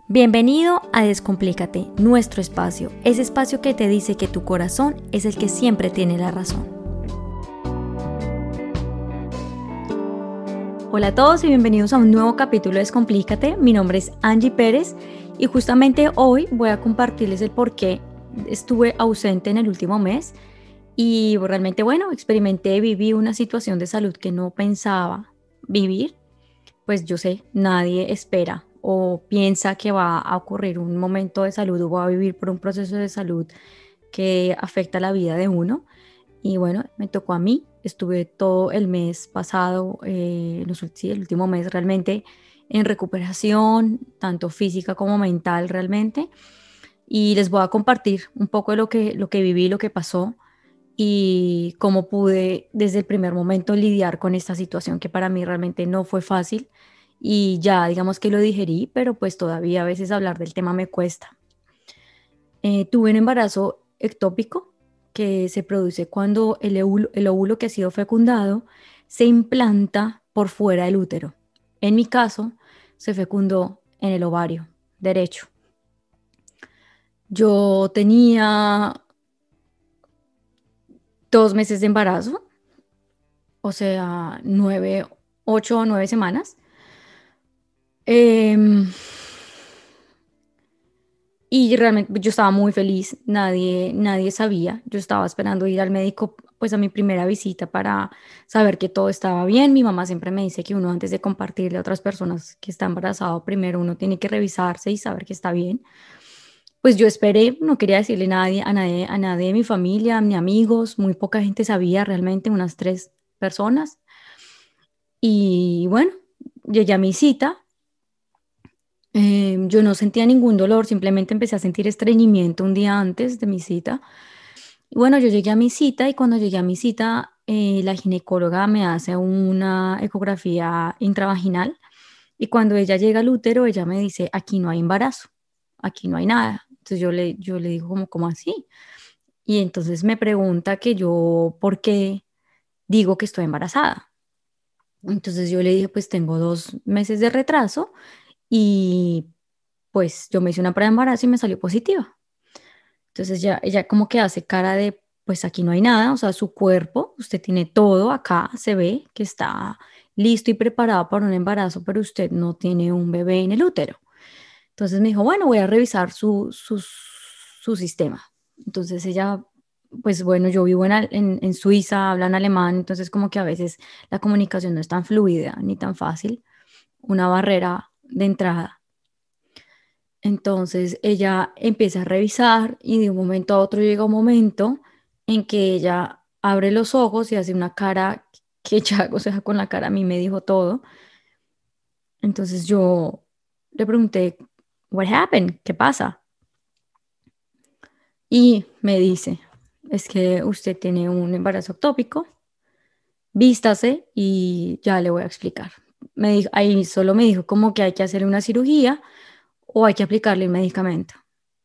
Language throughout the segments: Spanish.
Bienvenido a Descomplícate, nuestro espacio, ese espacio que te dice que tu corazón es el que siempre tiene la razón. Hola a todos y bienvenidos a un nuevo capítulo de Descomplícate. Mi nombre es Angie Pérez y justamente hoy voy a compartirles el por qué estuve ausente en el último mes y realmente, viví una situación de salud que no pensaba vivir. Pues yo sé, nadie espera o piensa que va a ocurrir un momento de salud o va a vivir por un proceso de salud que afecta la vida de uno. Y bueno, me tocó a mí, estuve todo el mes pasado, el último mes realmente en recuperación, tanto física como mental realmente. Y les voy a compartir un poco de lo que viví, lo que pasó y cómo pude desde el primer momento lidiar con esta situación que para mí realmente no fue fácil y ya digamos que lo digerí, pero pues todavía a veces hablar del tema me cuesta. Tuve un embarazo ectópico que se produce cuando el óvulo que ha sido fecundado se implanta por fuera del útero. En mi caso, se fecundó en el ovario derecho. Yo tenía 2 meses de embarazo, o sea, 8 o 9 semanas. Em, y realmente yo estaba muy feliz, nadie sabía. Yo estaba esperando ir al médico, pues a mi primera visita para saber que todo estaba bien. Mi mamá siempre me dice que uno antes de compartirle a otras personas que está embarazado, primero uno tiene que revisarse y saber que está bien. Pues yo esperé, no quería decirle a nadie de mi familia, ni amigos, muy poca gente sabía realmente, unas 3 personas. Y bueno, llegué a mi cita. Yo no sentía ningún dolor, simplemente empecé a sentir estreñimiento un día antes de mi cita. Y bueno, yo llegué a mi cita y cuando llegué a mi cita, la ginecóloga me hace una ecografía intravaginal y cuando ella llega al útero, ella me dice, aquí no hay embarazo, aquí no hay nada. Entonces yo le digo, ¿cómo así? Y entonces me pregunta que yo, ¿por qué digo que estoy embarazada? Entonces yo le dije, pues tengo 2 meses de retraso y pues yo me hice una prueba de embarazo y me salió positiva. Entonces ya, ella como que hace cara de, pues aquí no hay nada, o sea, su cuerpo, usted tiene todo acá, se ve que está listo y preparado para un embarazo, pero usted no tiene un bebé en el útero. Entonces me dijo, bueno, voy a revisar su sistema. Entonces ella, pues bueno, yo vivo en Suiza, hablan alemán, entonces como que a veces la comunicación no es tan fluida ni tan fácil, una barrera de entrada. Entonces ella empieza a revisar y de un momento a otro llega un momento en que ella abre los ojos y hace una cara que ya, o sea, con la cara a mí me dijo todo. Entonces yo le pregunté, What happened? ¿Qué pasa? Y me dice, es que usted tiene un embarazo ectópico, vístase y ya le voy a explicar. Ahí solo me dijo como que hay que hacerle una cirugía o hay que aplicarle un medicamento.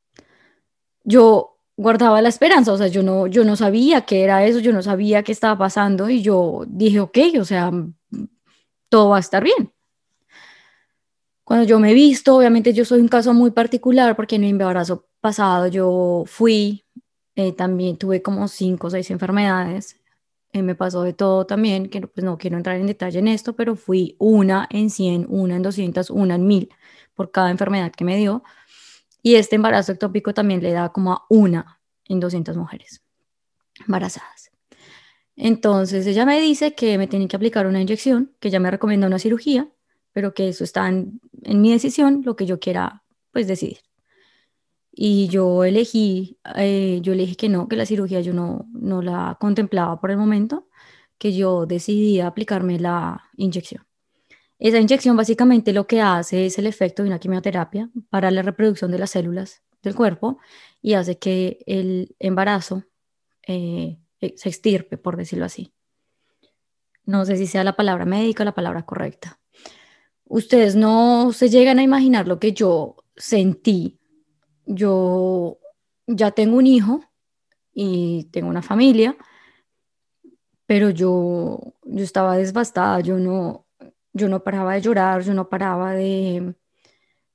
Yo guardaba la esperanza, o sea, yo no sabía qué era eso, yo no sabía qué estaba pasando y yo dije, ok, o sea, todo va a estar bien. Cuando yo me he visto, obviamente yo soy un caso muy particular porque en mi embarazo pasado yo fui, también tuve como 5 o 6 enfermedades, me pasó de todo también, que pues no quiero entrar en detalle en esto, pero fui una en 100, una en 200, una en 1000 por cada enfermedad que me dio. Y este embarazo ectópico también le da como a una en 200 mujeres embarazadas. Entonces ella me dice que me tiene que aplicar una inyección, que ella me recomienda una cirugía, pero que eso está en mi decisión, lo que yo quiera pues decidir. Y yo le dije que no, que la cirugía yo no la contemplaba por el momento, que yo decidí aplicarme la inyección. Esa inyección básicamente lo que hace es el efecto de una quimioterapia para la reproducción de las células del cuerpo y hace que el embarazo se extirpe, por decirlo así. No sé si sea la palabra médica o la palabra correcta. Ustedes no se llegan a imaginar lo que yo sentí. Yo ya tengo un hijo y tengo una familia, pero yo estaba devastada, yo no paraba de llorar, yo no paraba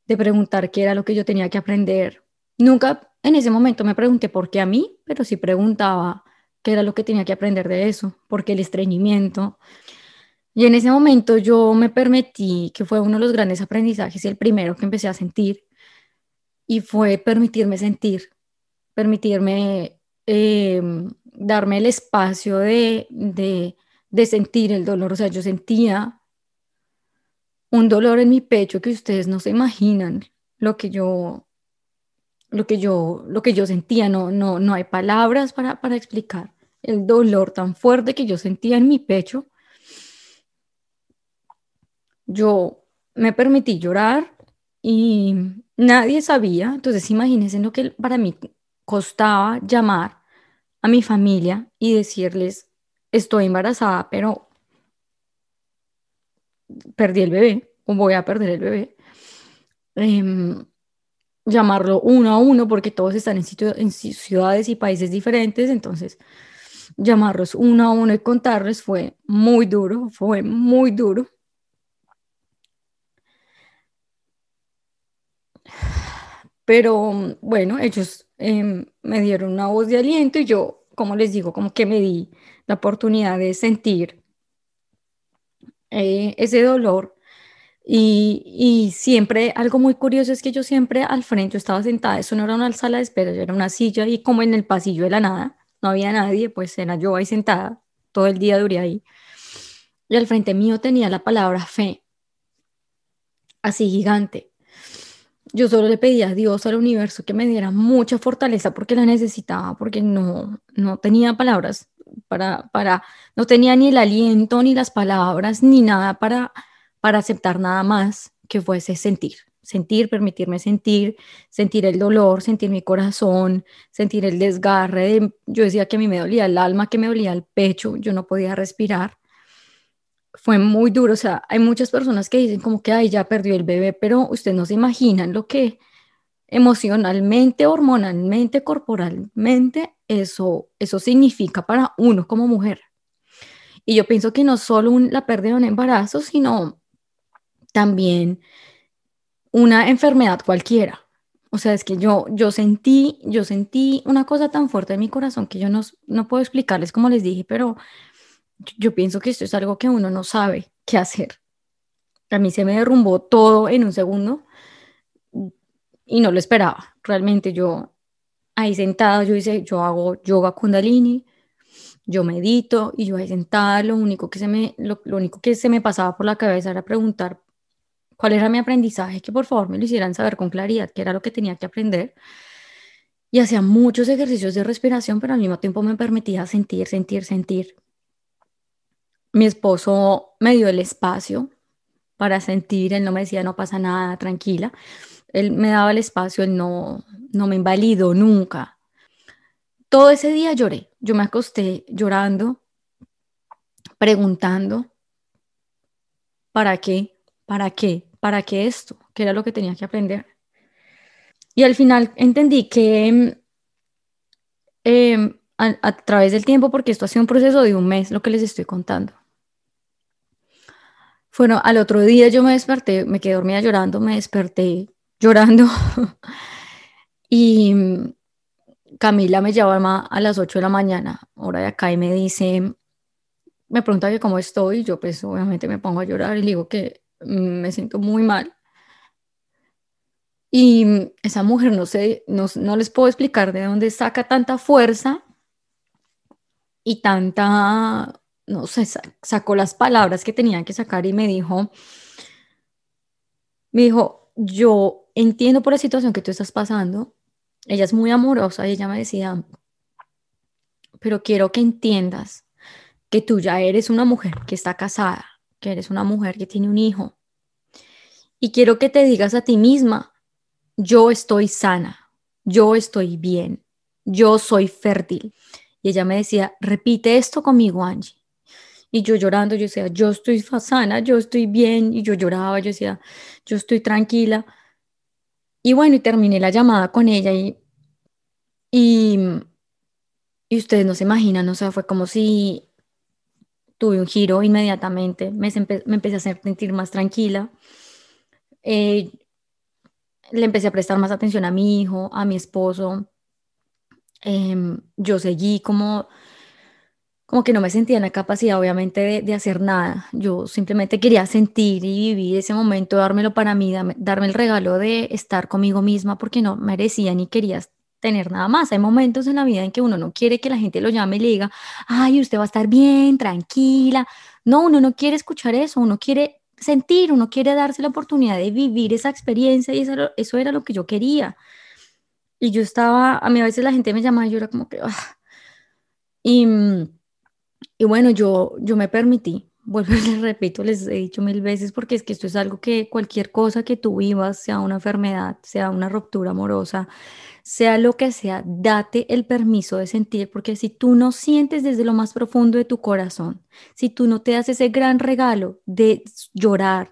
de preguntar qué era lo que yo tenía que aprender. Nunca en ese momento me pregunté por qué a mí, pero sí preguntaba qué era lo que tenía que aprender de eso, porque el estreñimiento. Y en ese momento yo me permití, que fue uno de los grandes aprendizajes y el primero que empecé a sentir, y fue permitirme sentir, permitirme darme el espacio de sentir el dolor. O sea, yo sentía un dolor en mi pecho que ustedes no se imaginan lo que yo, lo que yo sentía. No, no, no hay palabras para explicar el dolor tan fuerte que yo sentía en mi pecho. Yo me permití llorar y nadie sabía. Entonces, imagínense lo que para mí costaba llamar a mi familia y decirles, estoy embarazada, pero perdí el bebé o voy a perder el bebé. Em, llamarlo uno a uno porque todos están en ciudades y países diferentes. Entonces, llamarlos uno a uno y contarles fue muy duro, fue muy duro. Pero bueno, ellos me dieron una voz de aliento y yo, como les digo, como que me di la oportunidad de sentir ese dolor. Y siempre, algo muy curioso es que yo siempre al frente, yo estaba sentada, eso no era una sala de espera, era una silla y como en el pasillo de la nada, no había nadie, pues era yo ahí sentada, todo el día duré ahí. Y al frente mío tenía la palabra fe, así gigante. Yo solo le pedía a Dios, al universo, que me diera mucha fortaleza porque la necesitaba, porque no, no tenía palabras no tenía ni el aliento, ni las palabras, ni nada para aceptar nada más que fuese sentir. Sentir, permitirme sentir, sentir el dolor, sentir mi corazón, sentir el desgarre. Yo decía que a mí me dolía el alma, que me dolía el pecho, yo no podía respirar. Fue muy duro. O sea, hay muchas personas que dicen como que, ay, ya perdió el bebé, pero ustedes no se imaginan lo que emocionalmente, hormonalmente, corporalmente, eso significa para uno como mujer. Y yo pienso que no solo la pérdida de un embarazo, sino también una enfermedad cualquiera. O sea, es que yo sentí una cosa tan fuerte en mi corazón que yo no puedo explicarles como les dije, pero yo pienso que esto es algo que uno no sabe qué hacer. A mí se me derrumbó todo en un segundo y no lo esperaba. Realmente yo ahí sentada, yo hago yoga kundalini, yo medito y yo ahí sentada, lo único que se me pasaba por la cabeza era preguntar cuál era mi aprendizaje, que por favor me lo hicieran saber con claridad qué era lo que tenía que aprender. Y hacía muchos ejercicios de respiración, pero al mismo tiempo me permitía sentir, sentir, sentir. Mi esposo me dio el espacio para sentir, él no me decía no pasa nada, tranquila. Él me daba el espacio, él no me invalidó nunca. Todo ese día lloré, yo me acosté llorando, preguntando, ¿para qué? ¿Para qué? ¿Para qué esto? ¿Qué era lo que tenía que aprender? Y al final entendí que a través del tiempo, porque esto ha sido un proceso de un mes, lo que les estoy contando. Bueno, al otro día yo me desperté, me quedé dormida llorando, me desperté llorando y Camila me llama a las 8 de la mañana, hora de acá, y me dice, me pregunta que cómo estoy, y yo pues obviamente me pongo a llorar y le digo que me siento muy mal. Y esa mujer, no sé, no les puedo explicar de dónde saca tanta fuerza y tanta, no sé, sacó las palabras que tenían que sacar y me dijo, yo entiendo por la situación que tú estás pasando. Ella es muy amorosa y ella me decía, pero quiero que entiendas que tú ya eres una mujer que está casada, que eres una mujer que tiene un hijo. Y quiero que te digas a ti misma, yo estoy sana, yo estoy bien, yo soy fértil. Y ella me decía, repite esto conmigo, Angie. Y yo llorando, yo decía, yo estoy sana, yo estoy bien. Y yo lloraba, yo decía, yo estoy tranquila. Y bueno, y terminé la llamada con ella y, y ustedes no se imaginan, o sea, fue como si tuve un giro inmediatamente, me empecé a sentir más tranquila. Eh, Le empecé a prestar más atención a mi hijo, a mi esposo. Yo seguí como que no me sentía en la capacidad, obviamente, de hacer nada. Yo simplemente quería sentir y vivir ese momento, dármelo para mí, darme el regalo de estar conmigo misma porque no merecía ni quería tener nada más. Hay momentos en la vida en que uno no quiere que la gente lo llame y le diga, ay, usted va a estar bien, tranquila. No, uno no quiere escuchar eso, uno quiere sentir, uno quiere darse la oportunidad de vivir esa experiencia y eso era lo que yo quería. Y yo estaba, a mí a veces la gente me llamaba y yo era como que, "Ah". Y, y bueno, yo me permití, vuelvo y les repito, les he dicho mil veces, porque es que esto es algo que cualquier cosa que tú vivas, sea una enfermedad, sea una ruptura amorosa, sea lo que sea, date el permiso de sentir, porque si tú no sientes desde lo más profundo de tu corazón, si tú no te das ese gran regalo de llorar,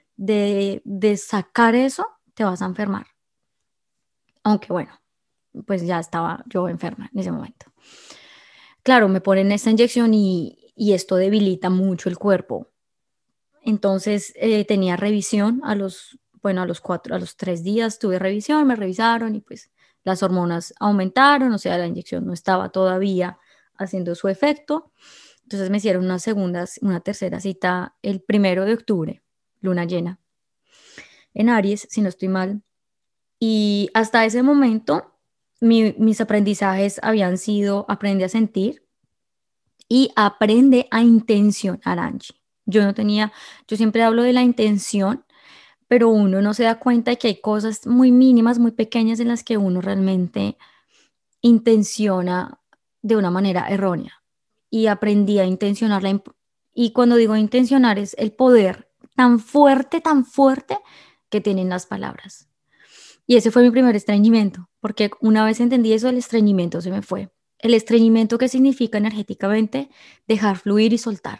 de sacar eso, te vas a enfermar. Aunque bueno, pues ya estaba yo enferma en ese momento. Claro, me ponen esta inyección y esto debilita mucho el cuerpo. Entonces tenía revisión bueno, a los 3 días tuve revisión, me revisaron y pues las hormonas aumentaron, o sea, la inyección no estaba todavía haciendo su efecto. Entonces me hicieron una tercera cita el 1 de octubre, luna llena, en Aries, si no estoy mal. Y hasta ese momento mis aprendizajes habían sido, aprende a sentir y aprende a intencionar, Angie. Yo no tenía, yo siempre hablo de la intención, pero uno no se da cuenta de que hay cosas muy mínimas, muy pequeñas en las que uno realmente intenciona de una manera errónea. Y aprendí a intencionarla. Y cuando digo intencionar es el poder tan fuerte que tienen las palabras. Y ese fue mi primer estreñimiento, porque una vez entendí eso, el estreñimiento se me fue. El estreñimiento que significa energéticamente dejar fluir y soltar.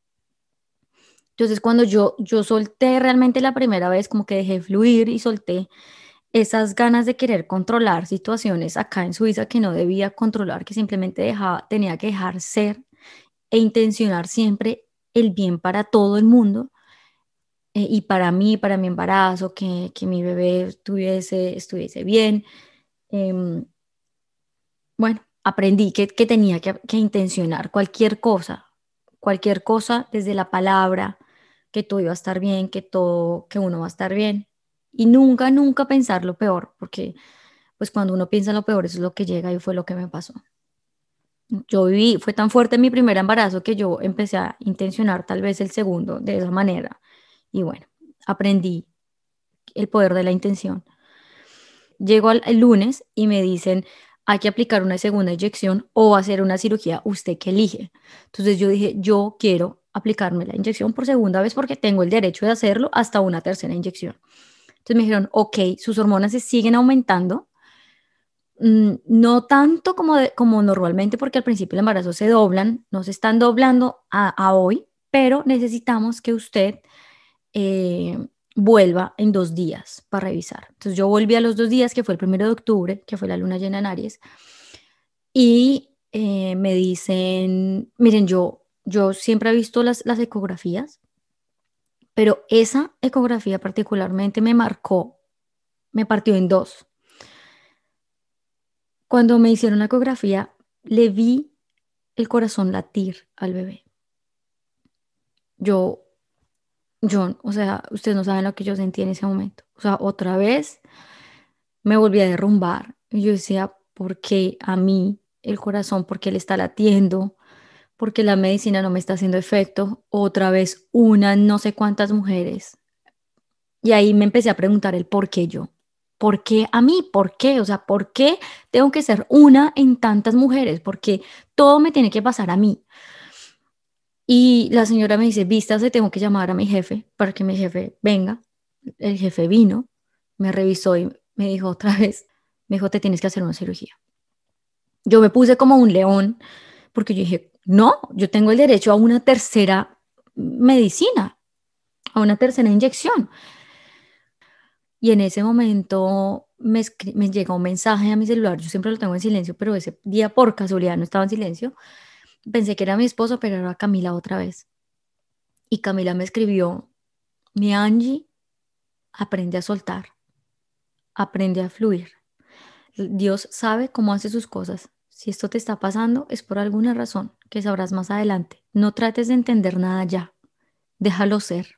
Entonces, cuando yo solté realmente la primera vez, como que dejé fluir y solté esas ganas de querer controlar situaciones acá en Suiza que no debía controlar, que simplemente tenía que dejar ser e intencionar siempre el bien para todo el mundo, y para mí, para mi embarazo, que mi bebé estuviese bien. Em, bueno, aprendí que tenía que intencionar cualquier cosa desde la palabra, que todo iba a estar bien, que uno va a estar bien. Y nunca, nunca pensar lo peor, porque pues cuando uno piensa lo peor, eso es lo que llega y fue lo que me pasó. Fue tan fuerte mi primer embarazo que yo empecé a intencionar tal vez el segundo de esa manera. Y bueno, aprendí el poder de la intención. Llego el lunes y me dicen, hay que aplicar una segunda inyección o hacer una cirugía, usted que elige. Entonces yo dije, yo quiero aplicarme la inyección por segunda vez porque tengo el derecho de hacerlo hasta una tercera inyección. Entonces me dijeron, ok, sus hormonas se siguen aumentando, no tanto como normalmente, porque al principio el embarazo se doblan, no se están doblando a hoy, pero necesitamos que usted eh, vuelva en 2 días para revisar. Entonces yo volví a los 2 días, que fue el 1 de octubre, que fue la luna llena en Aries, y me dicen, miren, yo siempre he visto las ecografías, pero esa ecografía particularmente me marcó, me partió en dos. Cuando me hicieron la ecografía, le vi el corazón latir al bebé. Yo, o sea, ustedes no saben lo que yo sentí en ese momento. O sea, otra vez me volví a derrumbar. Y yo decía, ¿por qué a mí el corazón? ¿Por qué le está latiendo? ¿Por qué la medicina no me está haciendo efecto? Otra vez, una, no sé cuántas mujeres. Y ahí me empecé a preguntar el por qué yo. ¿Por qué a mí? ¿Por qué? O sea, ¿por qué tengo que ser una en tantas mujeres? Porque todo me tiene que pasar a mí. Y la señora me dice, vístase, tengo que llamar a mi jefe para que mi jefe venga. El jefe vino, me revisó y me dijo otra vez, me dijo, te tienes que hacer una cirugía. Yo me puse como un león porque yo dije, no, yo tengo el derecho a una tercera medicina, a una tercera inyección. Y en ese momento me llega un mensaje a mi celular, yo siempre lo tengo en silencio, pero ese día por casualidad no estaba en silencio. Pensé que era mi esposo, pero era Camila otra vez. Y Camila me escribió, mi Angie, aprende a soltar, aprende a fluir. Dios sabe cómo hace sus cosas. Si esto te está pasando, es por alguna razón que sabrás más adelante. No trates de entender nada ya, déjalo ser.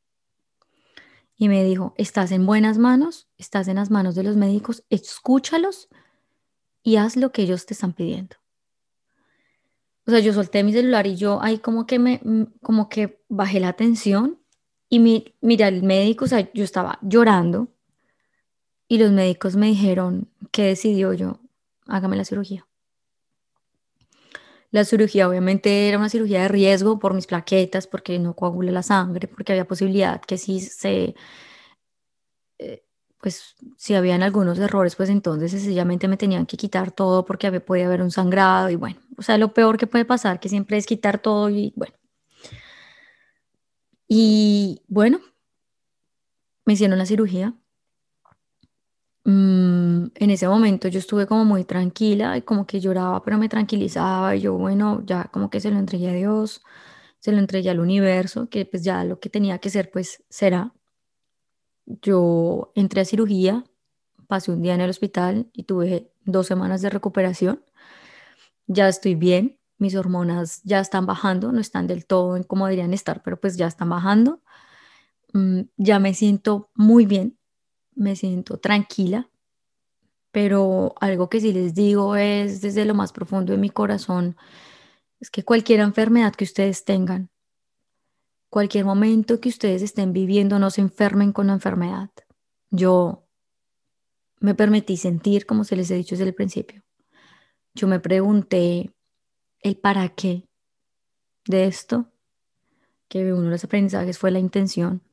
Y me dijo, estás en buenas manos, estás en las manos de los médicos, escúchalos y haz lo que ellos te están pidiendo. O sea, yo solté mi celular y yo ahí como que como que bajé la tensión y mira, el médico, o sea, yo estaba llorando y los médicos me dijeron, ¿qué decidió yo? Hágame la cirugía. La cirugía obviamente era una cirugía de riesgo por mis plaquetas, porque no coagula la sangre, porque había posibilidad que si eh, pues si habían algunos errores, pues entonces sencillamente me tenían que quitar todo porque podía haber un sangrado y bueno, o sea, lo peor que puede pasar, que siempre es quitar todo y bueno. Y bueno, me hicieron la cirugía. En ese momento yo estuve como muy tranquila y como que lloraba, pero me tranquilizaba y yo, bueno, ya como que se lo entregué a Dios, se lo entregué al universo, que pues ya lo que tenía que ser, pues será. Yo entré a cirugía, pasé un día en el hospital y tuve 2 semanas de recuperación. Ya estoy bien, mis hormonas ya están bajando, no están del todo en como deberían estar, pero pues ya están bajando. Ya me siento muy bien, me siento tranquila, pero algo que sí les digo es desde lo más profundo de mi corazón, es que cualquier enfermedad que ustedes tengan, cualquier momento que ustedes estén viviendo, no se enfermen con la enfermedad. Yo me permití sentir, como se les he dicho desde el principio. Yo me pregunté el para qué de esto, que uno de los aprendizajes fue la intención.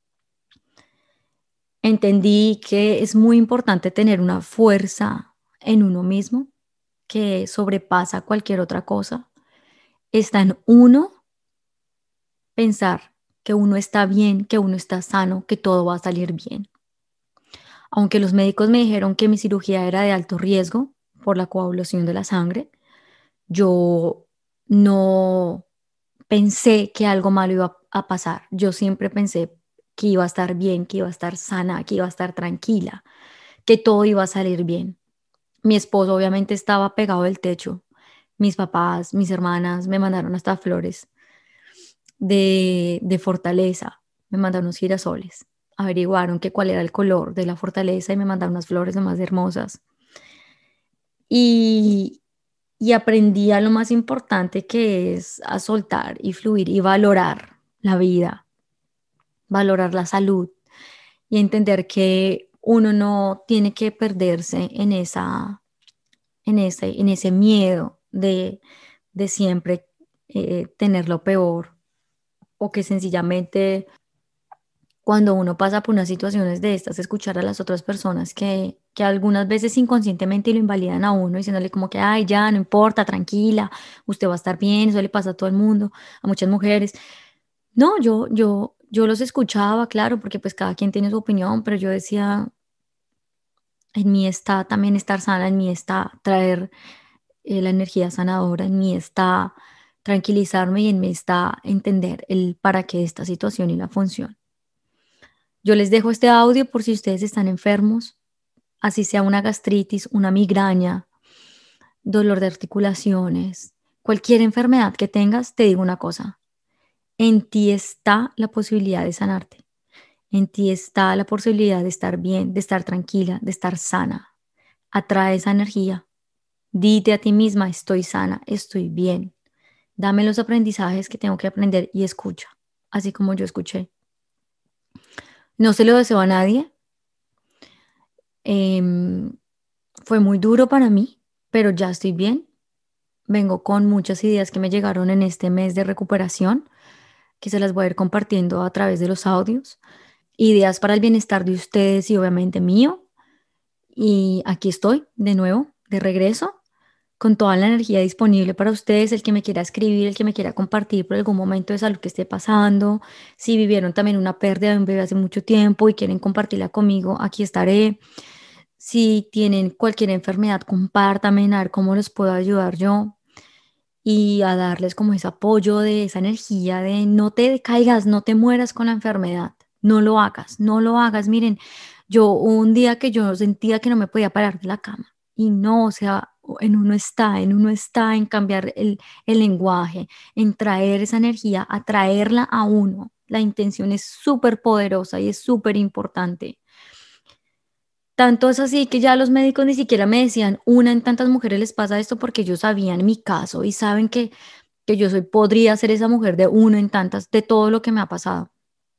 Entendí que es muy importante tener una fuerza en uno mismo que sobrepasa cualquier otra cosa. Está en uno pensar que uno está bien, que uno está sano, que todo va a salir bien. Aunque los médicos me dijeron que mi cirugía era de alto riesgo por la coagulación de la sangre, yo no pensé que algo malo iba a pasar. Yo siempre pensé que iba a estar bien, que iba a estar sana, que iba a estar tranquila, que todo iba a salir bien. Mi esposo obviamente estaba pegado del techo. Mis papás, mis hermanas me mandaron hasta flores de fortaleza, me mandaron unos girasoles. Averiguaron que cuál era el color de la fortaleza y me mandaron unas flores lo más hermosas. Y, y aprendí a lo más importante que es a soltar y fluir y valorar la vida, valorar la salud y entender que uno no tiene que perderse en ese miedo de siempre tener lo peor o que sencillamente cuando uno pasa por unas situaciones de estas, escuchar a las otras personas que algunas veces inconscientemente lo invalidan a uno, diciéndole como que, ay, ya, no importa, tranquila, usted va a estar bien, eso le pasa a todo el mundo, a muchas mujeres. No, yo los escuchaba, claro, porque pues cada quien tiene su opinión, pero yo decía, en mí está también estar sana, en mí está traer la energía sanadora, en mí está tranquilizarme y en mí está entender el para qué de esta situación y la función. Yo les dejo este audio por si ustedes están enfermos, así sea una gastritis, una migraña, dolor de articulaciones, cualquier enfermedad que tengas, te digo una cosa, en ti está la posibilidad de sanarte, en ti está la posibilidad de estar bien, de estar tranquila, de estar sana. Atrae esa energía. Dite a ti misma, estoy sana, estoy bien. Dame los aprendizajes que tengo que aprender y escucha, así como yo escuché. No se lo deseo a nadie. Em, Fue muy duro para mí, pero ya estoy bien. Vengo con muchas ideas que me llegaron en este mes de recuperación, que se las voy a ir compartiendo a través de los audios. Ideas para el bienestar de ustedes y obviamente mío. Y aquí estoy de nuevo, de regreso, con toda la energía disponible para ustedes, el que me quiera escribir, el que me quiera compartir por algún momento de salud que esté pasando. Si vivieron también una pérdida de un bebé hace mucho tiempo y quieren compartirla conmigo, aquí estaré. Si tienen cualquier enfermedad, compártanme a ver cómo les puedo ayudar yo y a darles como ese apoyo de esa energía de no te decaigas, no te mueras con la enfermedad, no lo hagas, no lo hagas. Miren, Yo un día que yo sentía que no me podía parar de la cama y no, o sea, en uno está en cambiar el lenguaje, en traer esa energía, atraerla a uno. La intención es súper poderosa y es súper importante. Tanto es así que ya los médicos ni siquiera me decían, una en tantas mujeres les pasa esto porque ellos sabían mi caso y saben que yo soy, podría ser esa mujer de uno en tantas, de todo lo que me ha pasado.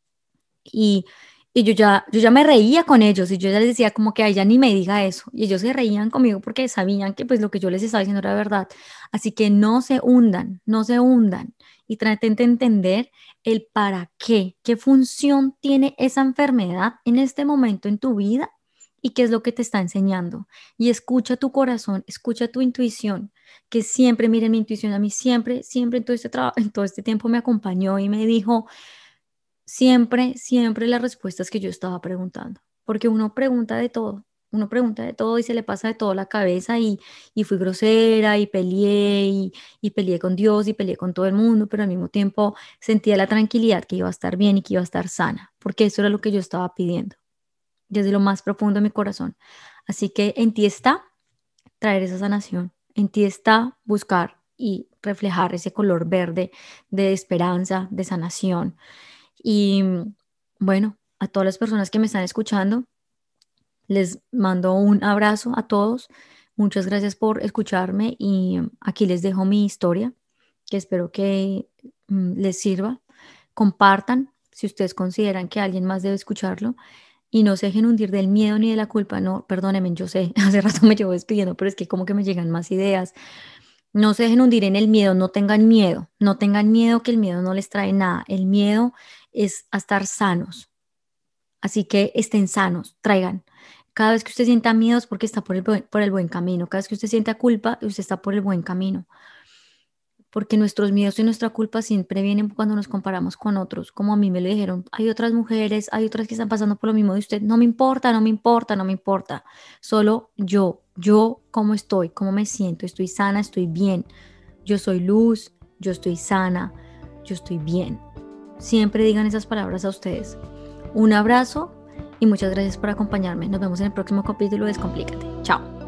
Y, y yo ya me reía con ellos y yo ya les decía como que a ella ni me diga eso. Y ellos se reían conmigo porque sabían que pues lo que yo les estaba diciendo era verdad. Así que no se hundan, no se hundan y traten de entender el para qué función tiene esa enfermedad en este momento en tu vida y qué es lo que te está enseñando. Y escucha tu corazón, escucha tu intuición, que siempre, miren, mi intuición a mí siempre, siempre en todo este trabajo, en todo este tiempo me acompañó y me dijo siempre, siempre las respuestas que yo estaba preguntando, porque uno pregunta de todo y se le pasa de todo la cabeza y fui grosera y peleé con Dios y peleé con todo el mundo, pero al mismo tiempo sentía la tranquilidad que iba a estar bien y que iba a estar sana, porque eso era lo que yo estaba pidiendo desde lo más profundo de mi corazón. Así que en ti está traer esa sanación, en ti está buscar y reflejar ese color verde de esperanza, de sanación y bueno, a todas las personas que me están escuchando, les mando un abrazo a todos. Muchas gracias por escucharme y aquí les dejo mi historia, que espero que les sirva. Compartan si ustedes consideran que alguien más debe escucharlo y no se dejen hundir del miedo ni de la culpa. No, perdónenme, yo sé, hace rato me llevo despidiendo, pero es que como que me llegan más ideas. No se dejen hundir en el miedo, no tengan miedo, no tengan miedo que el miedo no les trae nada. El miedo es a estar sanos. Así que estén sanos, traigan. Cada vez que usted sienta miedo es porque está por el buen camino. Cada vez que usted sienta culpa, usted está por el buen camino. Porque nuestros miedos y nuestra culpa siempre vienen cuando nos comparamos con otros. Como a mí me lo dijeron, hay otras mujeres, hay otras que están pasando por lo mismo de usted. No me importa, no me importa, no me importa. Solo yo cómo estoy, cómo me siento. Estoy sana, estoy bien. Yo soy luz, yo estoy sana, yo estoy bien. Siempre digan esas palabras a ustedes. Un abrazo y muchas gracias por acompañarme. Nos vemos en el próximo capítulo de Descomplícate. Chao.